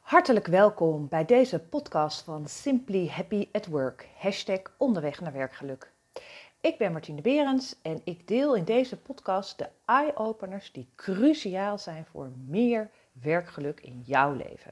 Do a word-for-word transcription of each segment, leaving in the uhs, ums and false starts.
Hartelijk welkom bij deze podcast van Simply Happy at Work, hashtag onderweg naar werkgeluk. Ik ben Martine Berends en ik deel in deze podcast de eye-openers die cruciaal zijn voor meer werkgeluk in jouw leven.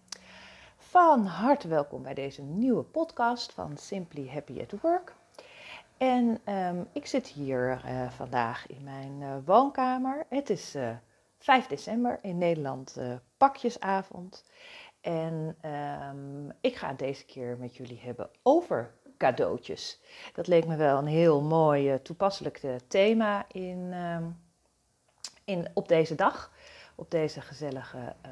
Van harte welkom bij deze nieuwe podcast van Simply Happy at Work. En um, ik zit hier uh, vandaag in mijn uh, woonkamer. Het is uh, vijf december, in Nederland uh, pakjesavond. En um, ik ga het deze keer met jullie hebben over cadeautjes. Dat leek me wel een heel mooi uh, toepasselijk uh, thema in, um, in, op deze dag. Op deze gezellige uh,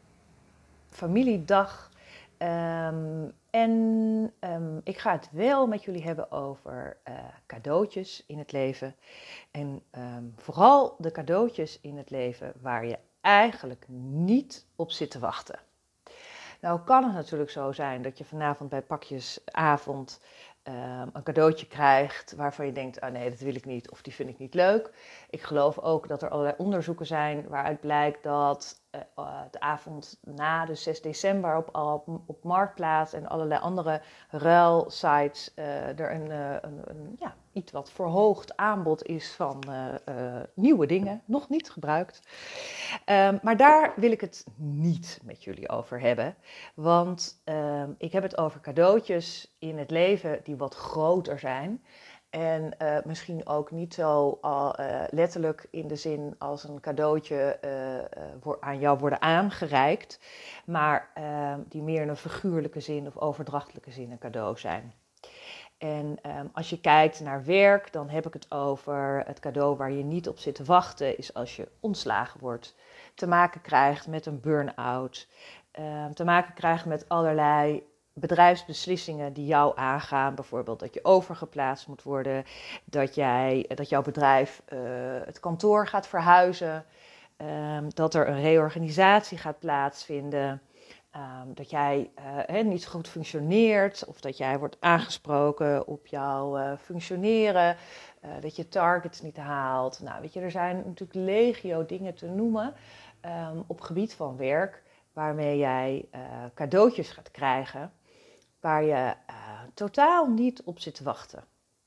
familiedag. Um, en um, ik ga het wel met jullie hebben over uh, cadeautjes in het leven. En um, vooral de cadeautjes in het leven waar je eigenlijk niet op zit te wachten. Nou kan het natuurlijk zo zijn dat je vanavond bij pakjesavond uh, een cadeautje krijgt waarvan je denkt, oh nee, dat wil ik niet of die vind ik niet leuk. Ik geloof ook dat er allerlei onderzoeken zijn waaruit blijkt dat uh, uh, de avond na de zes december op, op, op Marktplaats en allerlei andere ruilsites uh, er een, uh, een, een ja, iets wat verhoogd aanbod is van uh, uh, nieuwe dingen, nog niet gebruikt. Um, maar daar wil ik het niet met jullie over hebben, want um, ik heb het over cadeautjes in het leven die wat groter zijn. En uh, misschien ook niet zo uh, letterlijk in de zin als een cadeautje uh, uh, aan jou worden aangereikt, maar uh, die meer in een figuurlijke zin of overdrachtelijke zin een cadeau zijn. En um, als je kijkt naar werk, dan heb ik het over het cadeau waar je niet op zit te wachten, is als je ontslagen wordt, te maken krijgt met een burn-out, um, te maken krijgt met allerlei bedrijfsbeslissingen die jou aangaan. Bijvoorbeeld dat je overgeplaatst moet worden, dat, jij, dat jouw bedrijf uh, het kantoor gaat verhuizen, um, dat er een reorganisatie gaat plaatsvinden. Um, dat jij uh, he, niet goed functioneert of dat jij wordt aangesproken op jouw uh, functioneren, uh, dat je targets niet haalt. Nou, weet je, er zijn natuurlijk legio dingen te noemen um, op gebied van werk waarmee jij uh, cadeautjes gaat krijgen waar je uh, totaal niet op zit te wachten.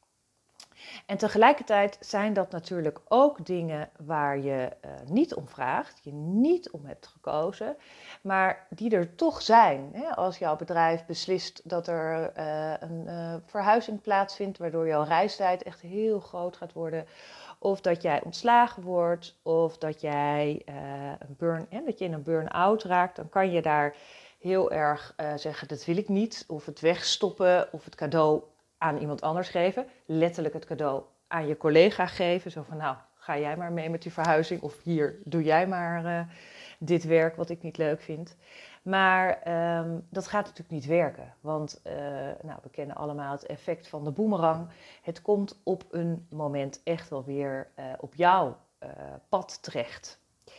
En tegelijkertijd zijn dat natuurlijk ook dingen waar je uh, niet om vraagt, je niet om hebt gekozen, maar die er toch zijn. Hè? Als jouw bedrijf beslist dat er uh, een uh, verhuizing plaatsvindt, waardoor jouw reistijd echt heel groot gaat worden, of dat jij ontslagen wordt, of dat jij uh, een burn, hè, dat je in een burn-out raakt, dan kan je daar heel erg uh, zeggen, dat wil ik niet, of het wegstoppen, of het cadeau aan iemand anders geven, letterlijk het cadeau aan je collega geven, zo van nou, ga jij maar mee met die verhuizing of hier, doe jij maar uh, dit werk wat ik niet leuk vind. Maar um, dat gaat natuurlijk niet werken, want uh, nou, we kennen allemaal het effect van de boemerang. Het komt op een moment echt wel weer uh, op jouw uh, pad terecht.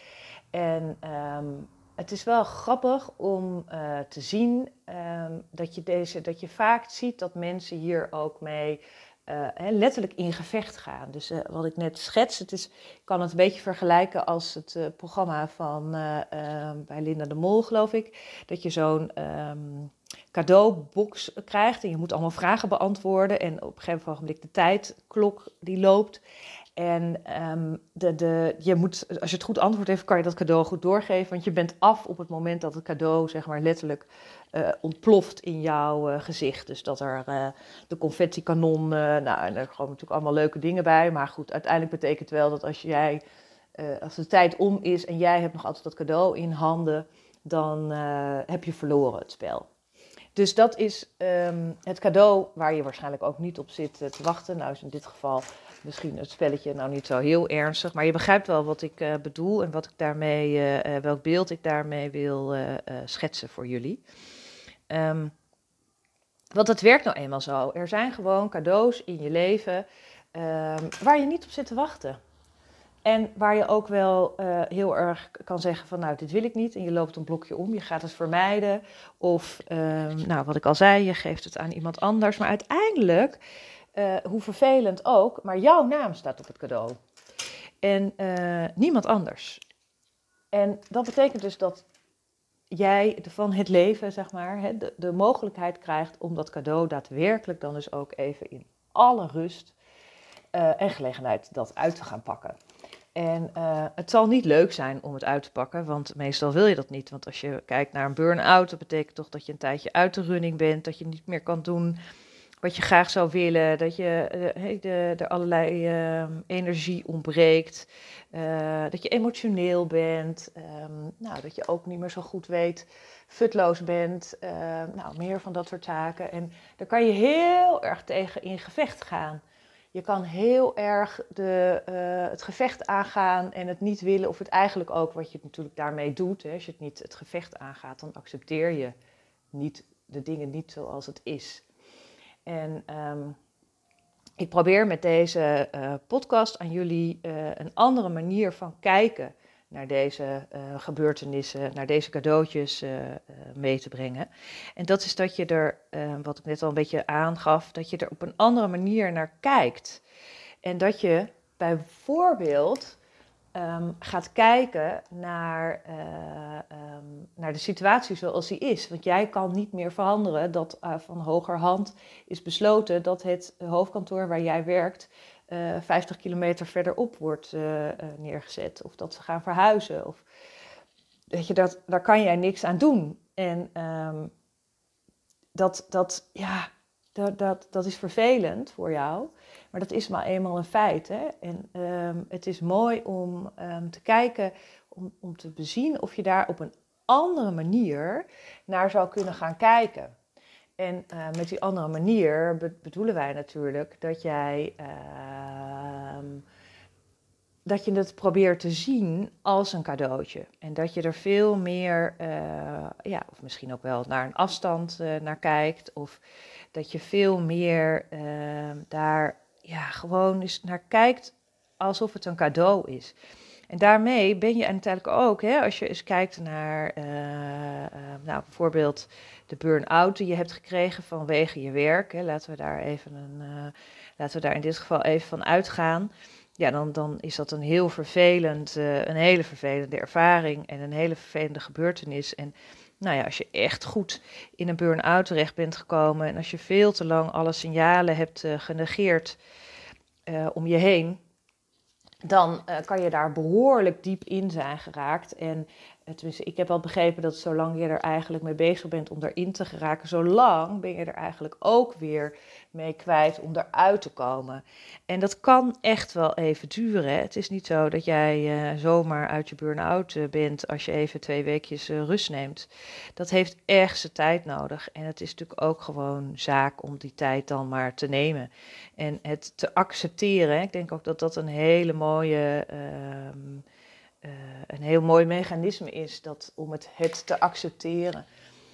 En um, het is wel grappig om uh, te zien um, dat, je deze, dat je vaak ziet dat mensen hier ook mee uh, he, letterlijk in gevecht gaan. Dus uh, wat ik net schets, het is, ik kan het een beetje vergelijken als het uh, programma van uh, uh, bij Linda de Mol, geloof ik. Dat je zo'n um, cadeaubox krijgt en je moet allemaal vragen beantwoorden. En op een gegeven moment de tijdklok die loopt. En um, de, de, je moet, als je het goed antwoord heeft, kan je dat cadeau goed doorgeven. Want je bent af op het moment dat het cadeau, zeg maar, letterlijk uh, ontploft in jouw uh, gezicht. Dus dat er uh, de confetti-kanon, uh, nou, en er gewoon natuurlijk allemaal leuke dingen bij. Maar goed, uiteindelijk betekent wel dat als jij, uh, als de tijd om is en jij hebt nog altijd dat cadeau in handen, dan uh, heb je verloren het spel. Dus dat is um, het cadeau waar je waarschijnlijk ook niet op zit uh, te wachten. Nou is in dit geval misschien het spelletje nou niet zo heel ernstig. Maar je begrijpt wel wat ik uh, bedoel en wat ik daarmee, uh, uh, welk beeld ik daarmee wil uh, uh, schetsen voor jullie. Um, want het werkt nou eenmaal zo. Er zijn gewoon cadeaus in je leven um, waar je niet op zit te wachten. En waar je ook wel uh, heel erg kan zeggen van nou, dit wil ik niet. En je loopt een blokje om, je gaat het vermijden. Of, um, nou, wat ik al zei, je geeft het aan iemand anders. Maar uiteindelijk, uh, hoe vervelend ook, maar jouw naam staat op het cadeau. En uh, niemand anders. En dat betekent dus dat jij van het leven, zeg maar, hè, de, de mogelijkheid krijgt om dat cadeau daadwerkelijk dan dus ook even in alle rust uh, en gelegenheid dat uit te gaan pakken. En uh, het zal niet leuk zijn om het uit te pakken, want meestal wil je dat niet. Want als je kijkt naar een burn-out, dat betekent toch dat je een tijdje uit de running bent, dat je niet meer kan doen wat je graag zou willen, dat je uh, de, er allerlei uh, energie ontbreekt, uh, dat je emotioneel bent, um, nou, dat je ook niet meer zo goed weet, futloos bent, uh, nou, meer van dat soort zaken. En daar kan je heel erg tegen in gevecht gaan. Je kan heel erg de, uh, het gevecht aangaan en het niet willen, of het eigenlijk ook wat je natuurlijk daarmee doet. Hè. Als je het niet het gevecht aangaat, dan accepteer je niet de dingen niet zoals het is. En um, ik probeer met deze uh, podcast aan jullie uh, een andere manier van kijken naar deze uh, gebeurtenissen, naar deze cadeautjes uh, uh, mee te brengen. En dat is dat je er, uh, wat ik net al een beetje aangaf, dat je er op een andere manier naar kijkt. En dat je bijvoorbeeld um, gaat kijken naar, uh, um, naar de situatie zoals die is. Want jij kan niet meer veranderen dat uh, van hogerhand is besloten dat het hoofdkantoor waar jij werkt uh, vijftig kilometer verderop wordt uh, uh, neergezet. Of dat ze gaan verhuizen. Of, weet je, dat, daar kan jij niks aan doen. En um, dat, dat, ja, dat, dat, dat is vervelend voor jou. Maar dat is maar eenmaal een feit. Hè? En um, het is mooi om um, te kijken, om, om te bezien of je daar op een andere manier naar zou kunnen gaan kijken. En uh, met die andere manier be- bedoelen wij natuurlijk dat jij uh, dat je het probeert te zien als een cadeautje. En dat je er veel meer, uh, ja, of misschien ook wel naar een afstand uh, naar kijkt. Of dat je veel meer uh, daar ja, gewoon eens naar kijkt alsof het een cadeau is. En daarmee ben je uiteindelijk ook, hè, als je eens kijkt naar uh, uh, nou, bijvoorbeeld de burn-out die je hebt gekregen vanwege je werk. Hè, laten we daar even een, uh, laten we daar in dit geval even van uitgaan. Ja, dan, dan is dat een heel vervelend, uh, een hele vervelende ervaring en een hele vervelende gebeurtenis. En nou ja, als je echt goed in een burn-out terecht bent gekomen en als je veel te lang alle signalen hebt uh, genegeerd uh, om je heen, dan uh, kan je daar behoorlijk diep in zijn geraakt. En uh, tenminste, ik heb wel begrepen dat zolang je er eigenlijk mee bezig bent om erin te geraken, zolang ben je er eigenlijk ook weer mee kwijt om eruit te komen. En dat kan echt wel even duren. Hè? Het is niet zo dat jij uh, zomaar uit je burn-out uh, bent als je even twee weekjes uh, rust neemt. Dat heeft echt zijn tijd nodig. En het is natuurlijk ook gewoon zaak om die tijd dan maar te nemen. En het te accepteren. Ik denk ook dat dat een hele mooie, uh, uh, een heel mooi mechanisme is dat, om het, het te accepteren.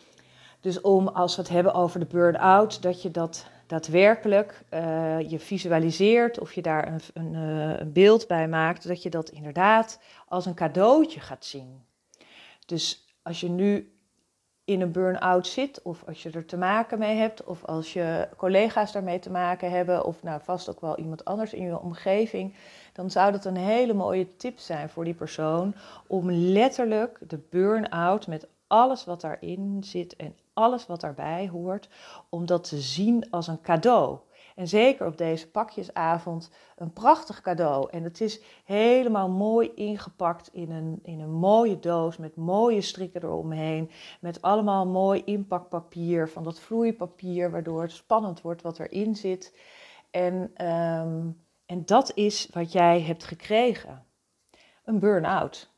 Dus om, als we het hebben over de burn-out, dat je dat daadwerkelijk uh, je visualiseert of je daar een, een, uh, een beeld bij maakt, dat je dat inderdaad als een cadeautje gaat zien. Dus als je nu in een burn-out zit, of als je er te maken mee hebt, of als je collega's daarmee te maken hebben, of nou vast ook wel iemand anders in je omgeving, dan zou dat een hele mooie tip zijn voor die persoon om letterlijk de burn-out met alles wat daarin zit en alles wat daarbij hoort, om dat te zien als een cadeau. En zeker op deze pakjesavond een prachtig cadeau. En het is helemaal mooi ingepakt in een, in een mooie doos met mooie strikken eromheen. Met allemaal mooi inpakpapier, van dat vloeipapier, waardoor het spannend wordt wat erin zit. En, um, en dat is wat jij hebt gekregen. Een burn-out.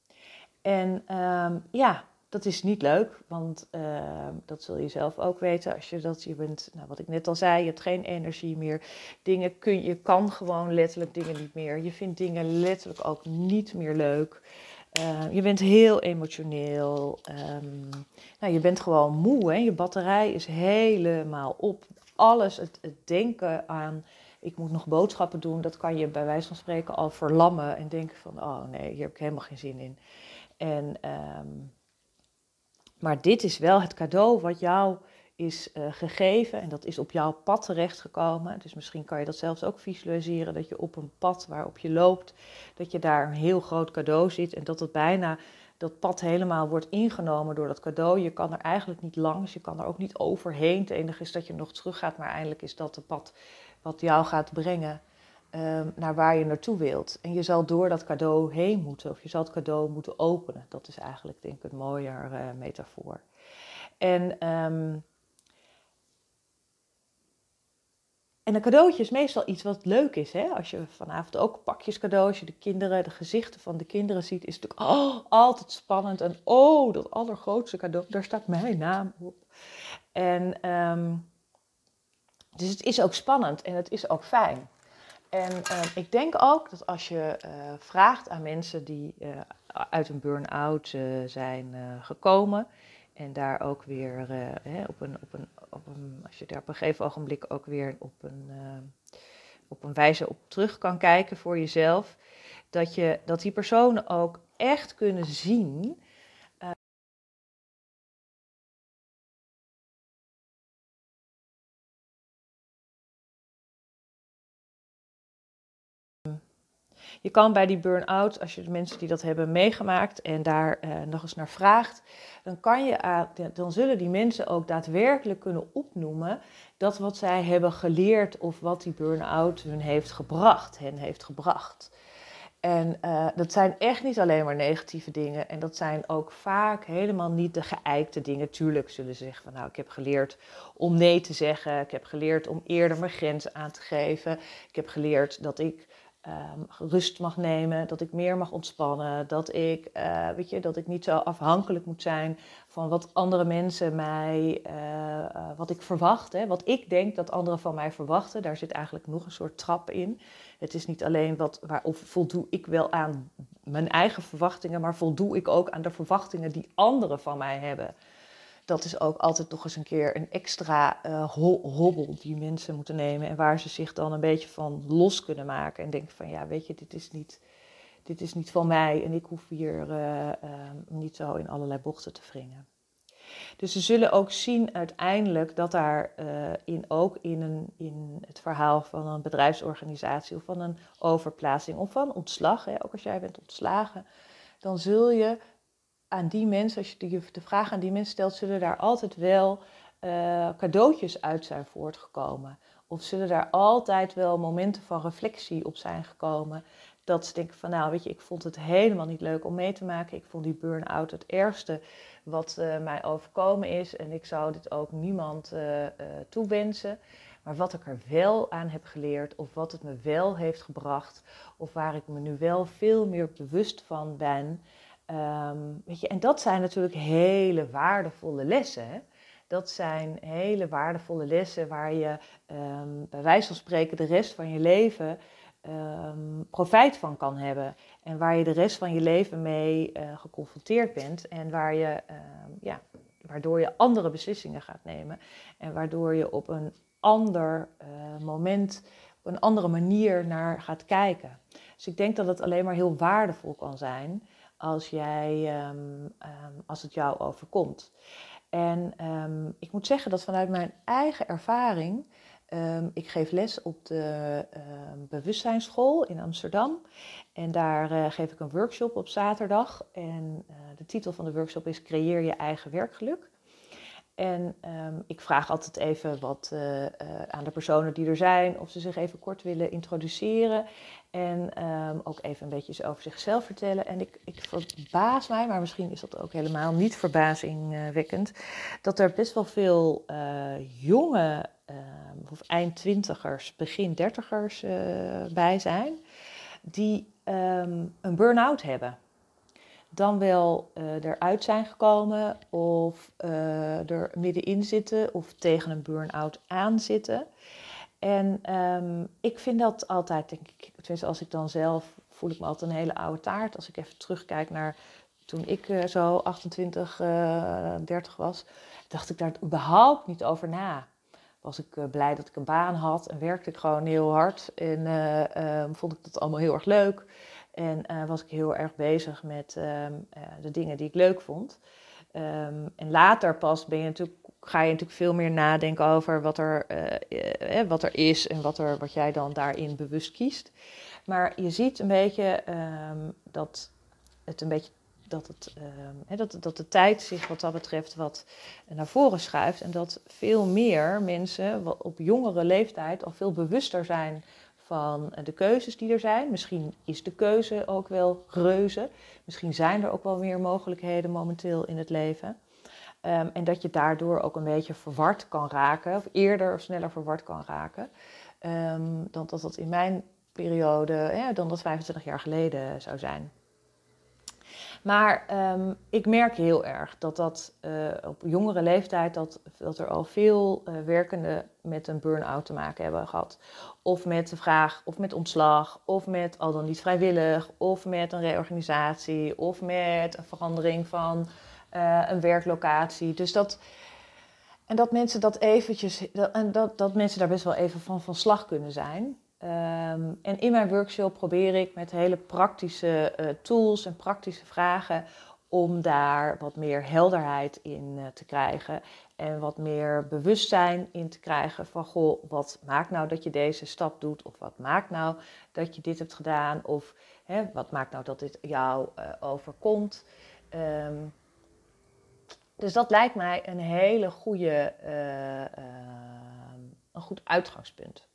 En um, ja... Dat is niet leuk, want uh, dat zul je zelf ook weten. Als je dat, je bent, nou, wat ik net al zei, je hebt geen energie meer. Dingen kun, je kan gewoon letterlijk dingen niet meer. Je vindt dingen letterlijk ook niet meer leuk. Uh, je bent heel emotioneel. Um, nou, je bent gewoon moe. Hè? Je batterij is helemaal op. Alles, het, het denken aan, ik moet nog boodschappen doen, dat kan je bij wijze van spreken al verlammen. En denken van, oh nee, hier heb ik helemaal geen zin in. En... Um, Maar dit is wel het cadeau wat jou is uh, gegeven en dat is op jouw pad terechtgekomen. Dus misschien kan je dat zelfs ook visualiseren, dat je op een pad waarop je loopt, dat je daar een heel groot cadeau ziet en dat het bijna dat pad helemaal wordt ingenomen door dat cadeau. Je kan er eigenlijk niet langs, je kan er ook niet overheen. Het enige is dat je nog terug gaat, maar eindelijk is dat het pad wat jou gaat brengen um, naar waar je naartoe wilt. En je zal door dat cadeau heen moeten, of je zal het cadeau moeten openen. Dat is eigenlijk, denk ik, een mooier uh, metafoor. En... Um, En een cadeautje is meestal iets wat leuk is. Hè? Als je vanavond ook pakjes cadeau, als je de kinderen, de gezichten van de kinderen ziet, is het natuurlijk oh, altijd spannend. En oh, dat allergrootste cadeau, daar staat mijn naam op. En um, dus het is ook spannend en het is ook fijn. En uh, ik denk ook dat als je uh, vraagt aan mensen die uh, uit een burn-out uh, zijn uh, gekomen en daar ook weer uh, hè, op een, op een, op een, als je daar op een gegeven ogenblik ook weer op een, uh, op een wijze op terug kan kijken voor jezelf, dat, je, dat die personen ook echt kunnen zien. Uh, Je kan bij die burn-out, als je de mensen die dat hebben meegemaakt en daar uh, nog eens naar vraagt, dan, kan je, uh, dan zullen die mensen ook daadwerkelijk kunnen opnoemen dat wat zij hebben geleerd of wat die burn-out hun heeft gebracht, hen heeft gebracht. En uh, dat zijn echt niet alleen maar negatieve dingen. En dat zijn ook vaak helemaal niet de geëikte dingen. Tuurlijk zullen ze zeggen van nou, ik heb geleerd om nee te zeggen. Ik heb geleerd om eerder mijn grenzen aan te geven. Ik heb geleerd dat ik um, rust mag nemen. Dat ik meer mag ontspannen. Dat ik, uh, weet je, dat ik niet zo afhankelijk moet zijn van wat andere mensen mij, uh, uh, wat ik verwacht. Hè, wat ik denk dat anderen van mij verwachten. Daar zit eigenlijk nog een soort trap in. Het is niet alleen wat, waar, of voldoe ik wel aan mijn eigen verwachtingen, maar voldoe ik ook aan de verwachtingen die anderen van mij hebben. Dat is ook altijd nog eens een keer een extra uh, hobbel die mensen moeten nemen en waar ze zich dan een beetje van los kunnen maken en denken van ja, weet je, dit is niet, dit is niet van mij en ik hoef hier uh, uh, niet zo in allerlei bochten te wringen. Dus ze zullen ook zien uiteindelijk dat daar uh, in, ook in, een, in het verhaal van een bedrijfsorganisatie of van een overplaatsing of van ontslag, hè, ook als jij bent ontslagen, dan zul je aan die mensen, als je de vraag aan die mensen stelt, zullen daar altijd wel uh, cadeautjes uit zijn voortgekomen. Of zullen daar altijd wel momenten van reflectie op zijn gekomen. Dat ze denken van nou weet je, ik vond het helemaal niet leuk om mee te maken. Ik vond die burn-out het ergste wat uh, mij overkomen is. En ik zou dit ook niemand uh, uh, toewensen. Maar wat ik er wel aan heb geleerd, of wat het me wel heeft gebracht, of waar ik me nu wel veel meer bewust van ben. Um, weet je, en dat zijn natuurlijk hele waardevolle lessen. Hè? Dat zijn hele waardevolle lessen waar je um, bij wijze van spreken de rest van je leven um, profijt van kan hebben. En waar je de rest van je leven mee uh, geconfronteerd bent. En waar je, um, ja, waardoor je andere beslissingen gaat nemen. En waardoor je op een ander uh, moment, op een andere manier naar gaat kijken. Dus ik denk dat het alleen maar heel waardevol kan zijn als, jij, um, um, als het jou overkomt. En um, ik moet zeggen dat vanuit mijn eigen ervaring, um, ik geef les op de um, bewustzijnsschool in Amsterdam. En daar uh, geef ik een workshop op zaterdag. En uh, de titel van de workshop is Creëer je eigen werkgeluk. En um, ik vraag altijd even wat uh, uh, aan de personen die er zijn, of ze zich even kort willen introduceren. En um, ook even een beetje over zichzelf vertellen. En ik, ik verbaas mij, maar misschien is dat ook helemaal niet verbazingwekkend, dat er best wel veel uh, jonge, uh, of eind twintigers, begin dertigers uh, bij zijn, die um, een burn-out hebben. Dan wel uh, eruit zijn gekomen of uh, er middenin zitten of tegen een burn-out aan zitten. En um, ik vind dat altijd, denk ik, tenminste als ik dan zelf, voel ik me altijd een hele oude taart. Als ik even terugkijk naar toen ik uh, zo achtentwintig, uh, dertig was, dacht ik daar überhaupt niet over na. Was ik uh, blij dat ik een baan had en werkte ik gewoon heel hard en uh, uh, vond ik dat allemaal heel erg leuk. En uh, was ik heel erg bezig met um, uh, de dingen die ik leuk vond. Um, en later pas ben je natuurlijk, ga je natuurlijk veel meer nadenken over wat er, uh, uh, wat er is en wat, er, wat jij dan daarin bewust kiest. Maar je ziet een beetje um, dat het een beetje dat, het, uh, dat, dat de tijd zich wat dat betreft wat naar voren schuift. En dat veel meer mensen op jongere leeftijd al veel bewuster zijn van de keuzes die er zijn. Misschien is de keuze ook wel reuze. Misschien zijn er ook wel meer mogelijkheden momenteel in het leven. Um, en dat je daardoor ook een beetje verward kan raken, of eerder of sneller verward kan raken, um, dan dat dat in mijn periode, ja, dan dat vijfentwintig jaar geleden zou zijn. Maar um, ik merk heel erg dat dat uh, op jongere leeftijd, dat, dat er al veel uh, werkenden met een burn-out te maken hebben gehad. Of met de vraag, of met ontslag, of met al dan niet vrijwillig, of met een reorganisatie, of met een verandering van uh, een werklocatie. Dus dat, en dat mensen dat eventjes, dat, en dat, dat mensen daar best wel even van van slag kunnen zijn. Um, en in mijn workshop probeer ik met hele praktische uh, tools en praktische vragen om daar wat meer helderheid in uh, te krijgen. En wat meer bewustzijn in te krijgen van, goh, wat maakt nou dat je deze stap doet? Of wat maakt nou dat je dit hebt gedaan? Of hè, wat maakt nou dat dit jou uh, overkomt? Um, dus dat lijkt mij een hele goede, uh, uh, een goed uitgangspunt.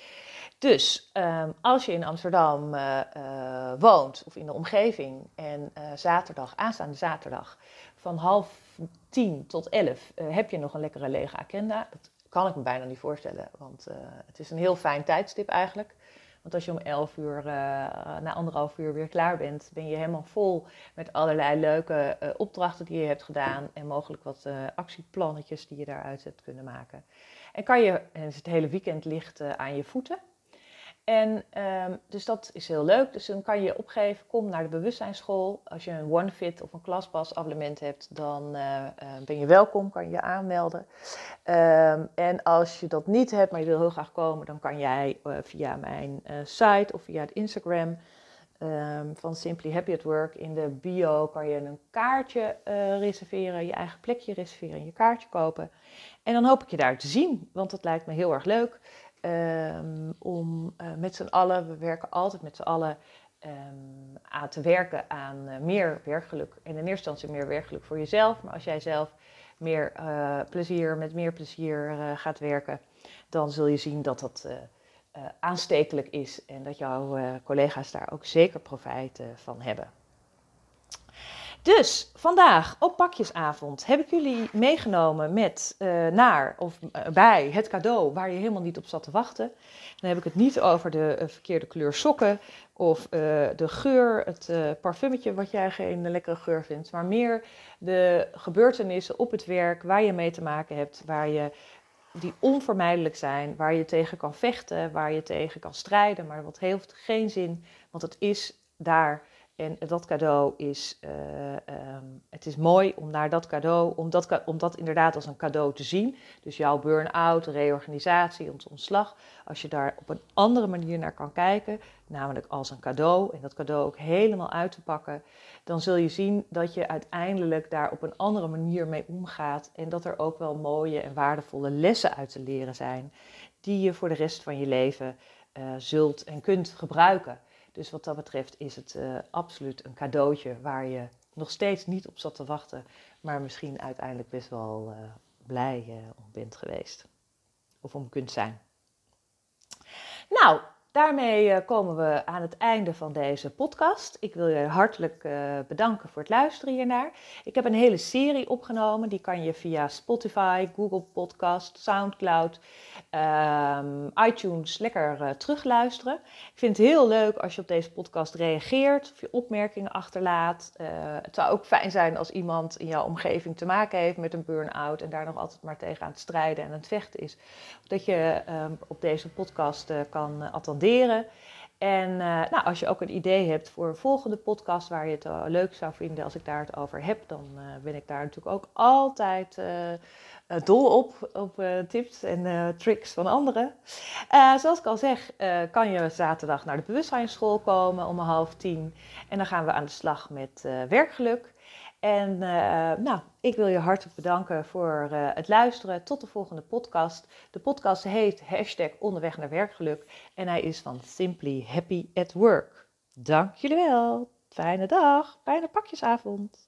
Dus um, als je in Amsterdam uh, uh, woont of in de omgeving en uh, zaterdag, aanstaande zaterdag van half tien tot elf uh, heb je nog een lekkere lege agenda. Dat kan ik me bijna niet voorstellen, want uh, het is een heel fijn tijdstip eigenlijk. Want als je om elf uur, uh, na anderhalf uur weer klaar bent, ben je helemaal vol met allerlei leuke uh, opdrachten die je hebt gedaan en mogelijk wat uh, actieplannetjes die je daaruit hebt kunnen maken. En kan je, en het hele weekend ligt uh, aan je voeten. En um, dus dat is heel leuk. Dus dan kan je opgeven, kom naar de bewustzijnsschool. Als je een OneFit of een ClassPass abonnement hebt, dan uh, uh, ben je welkom, kan je je aanmelden. Um, en als je dat niet hebt, maar je wil heel graag komen, dan kan jij uh, via mijn uh, site of via het Instagram um, van Simply Happy at Work in de bio kan je een kaartje uh, reserveren, je eigen plekje reserveren en je kaartje kopen. En dan hoop ik je daar te zien, want dat lijkt me heel erg leuk. Um, om uh, met z'n allen, we werken altijd met z'n allen um, aan te werken aan uh, meer werkgeluk. En in eerste instantie meer werkgeluk voor jezelf. Maar als jij zelf meer uh, plezier, met meer plezier uh, gaat werken, dan zul je zien dat dat uh, uh, aanstekelijk is. En dat jouw uh, collega's daar ook zeker profijt uh, van hebben. Dus vandaag op pakjesavond heb ik jullie meegenomen met uh, naar of uh, bij het cadeau waar je helemaal niet op zat te wachten. Dan heb ik het niet over de uh, verkeerde kleur sokken of uh, de geur, het uh, parfumetje wat jij geen lekkere geur vindt. Maar meer de gebeurtenissen op het werk waar je mee te maken hebt, waar je, die onvermijdelijk zijn, waar je tegen kan vechten, waar je tegen kan strijden. Maar wat heeft geen zin, want het is daar. En dat cadeau is, uh, um, het is mooi om naar dat cadeau, om dat, om dat inderdaad als een cadeau te zien. Dus jouw burn-out, reorganisatie, ons ontslag. Als je daar op een andere manier naar kan kijken, namelijk als een cadeau, en dat cadeau ook helemaal uit te pakken, dan zul je zien dat je uiteindelijk daar op een andere manier mee omgaat. En dat er ook wel mooie en waardevolle lessen uit te leren zijn, die je voor de rest van je leven uh, zult en kunt gebruiken. Dus wat dat betreft is het uh, absoluut een cadeautje waar je nog steeds niet op zat te wachten, maar misschien uiteindelijk best wel uh, blij uh, om bent geweest. Of om kunt zijn. Nou, daarmee uh, komen we aan het einde van deze podcast. Ik wil je hartelijk uh, bedanken voor het luisteren hiernaar. Ik heb een hele serie opgenomen. Die kan je via Spotify, Google Podcast, Soundcloud, um, iTunes lekker uh, terugluisteren. Ik vind het heel leuk als je op deze podcast reageert of je opmerkingen achterlaat. Uh, het zou ook fijn zijn als iemand in jouw omgeving te maken heeft met een burn-out en daar nog altijd maar tegen aan het strijden en aan het vechten is. Dat je um, op deze podcast uh, kan uh, attenderen. En uh, nou, als je ook een idee hebt voor een volgende podcast waar je het uh, leuk zou vinden als ik daar het over heb, dan uh, ben ik daar natuurlijk ook altijd uh, uh, dol op, op uh, tips en uh, tricks van anderen. Uh, zoals ik al zeg, uh, kan je zaterdag naar de bewustzijnsschool komen om half tien. En dan gaan we aan de slag met uh, werkgeluk. En uh, nou, ik wil je hartelijk bedanken voor uh, het luisteren. Tot de volgende podcast. De podcast heet hashtag onderweg naar werkgeluk. En hij is van Simply Happy at Work. Dank jullie wel. Fijne dag, fijne pakjesavond.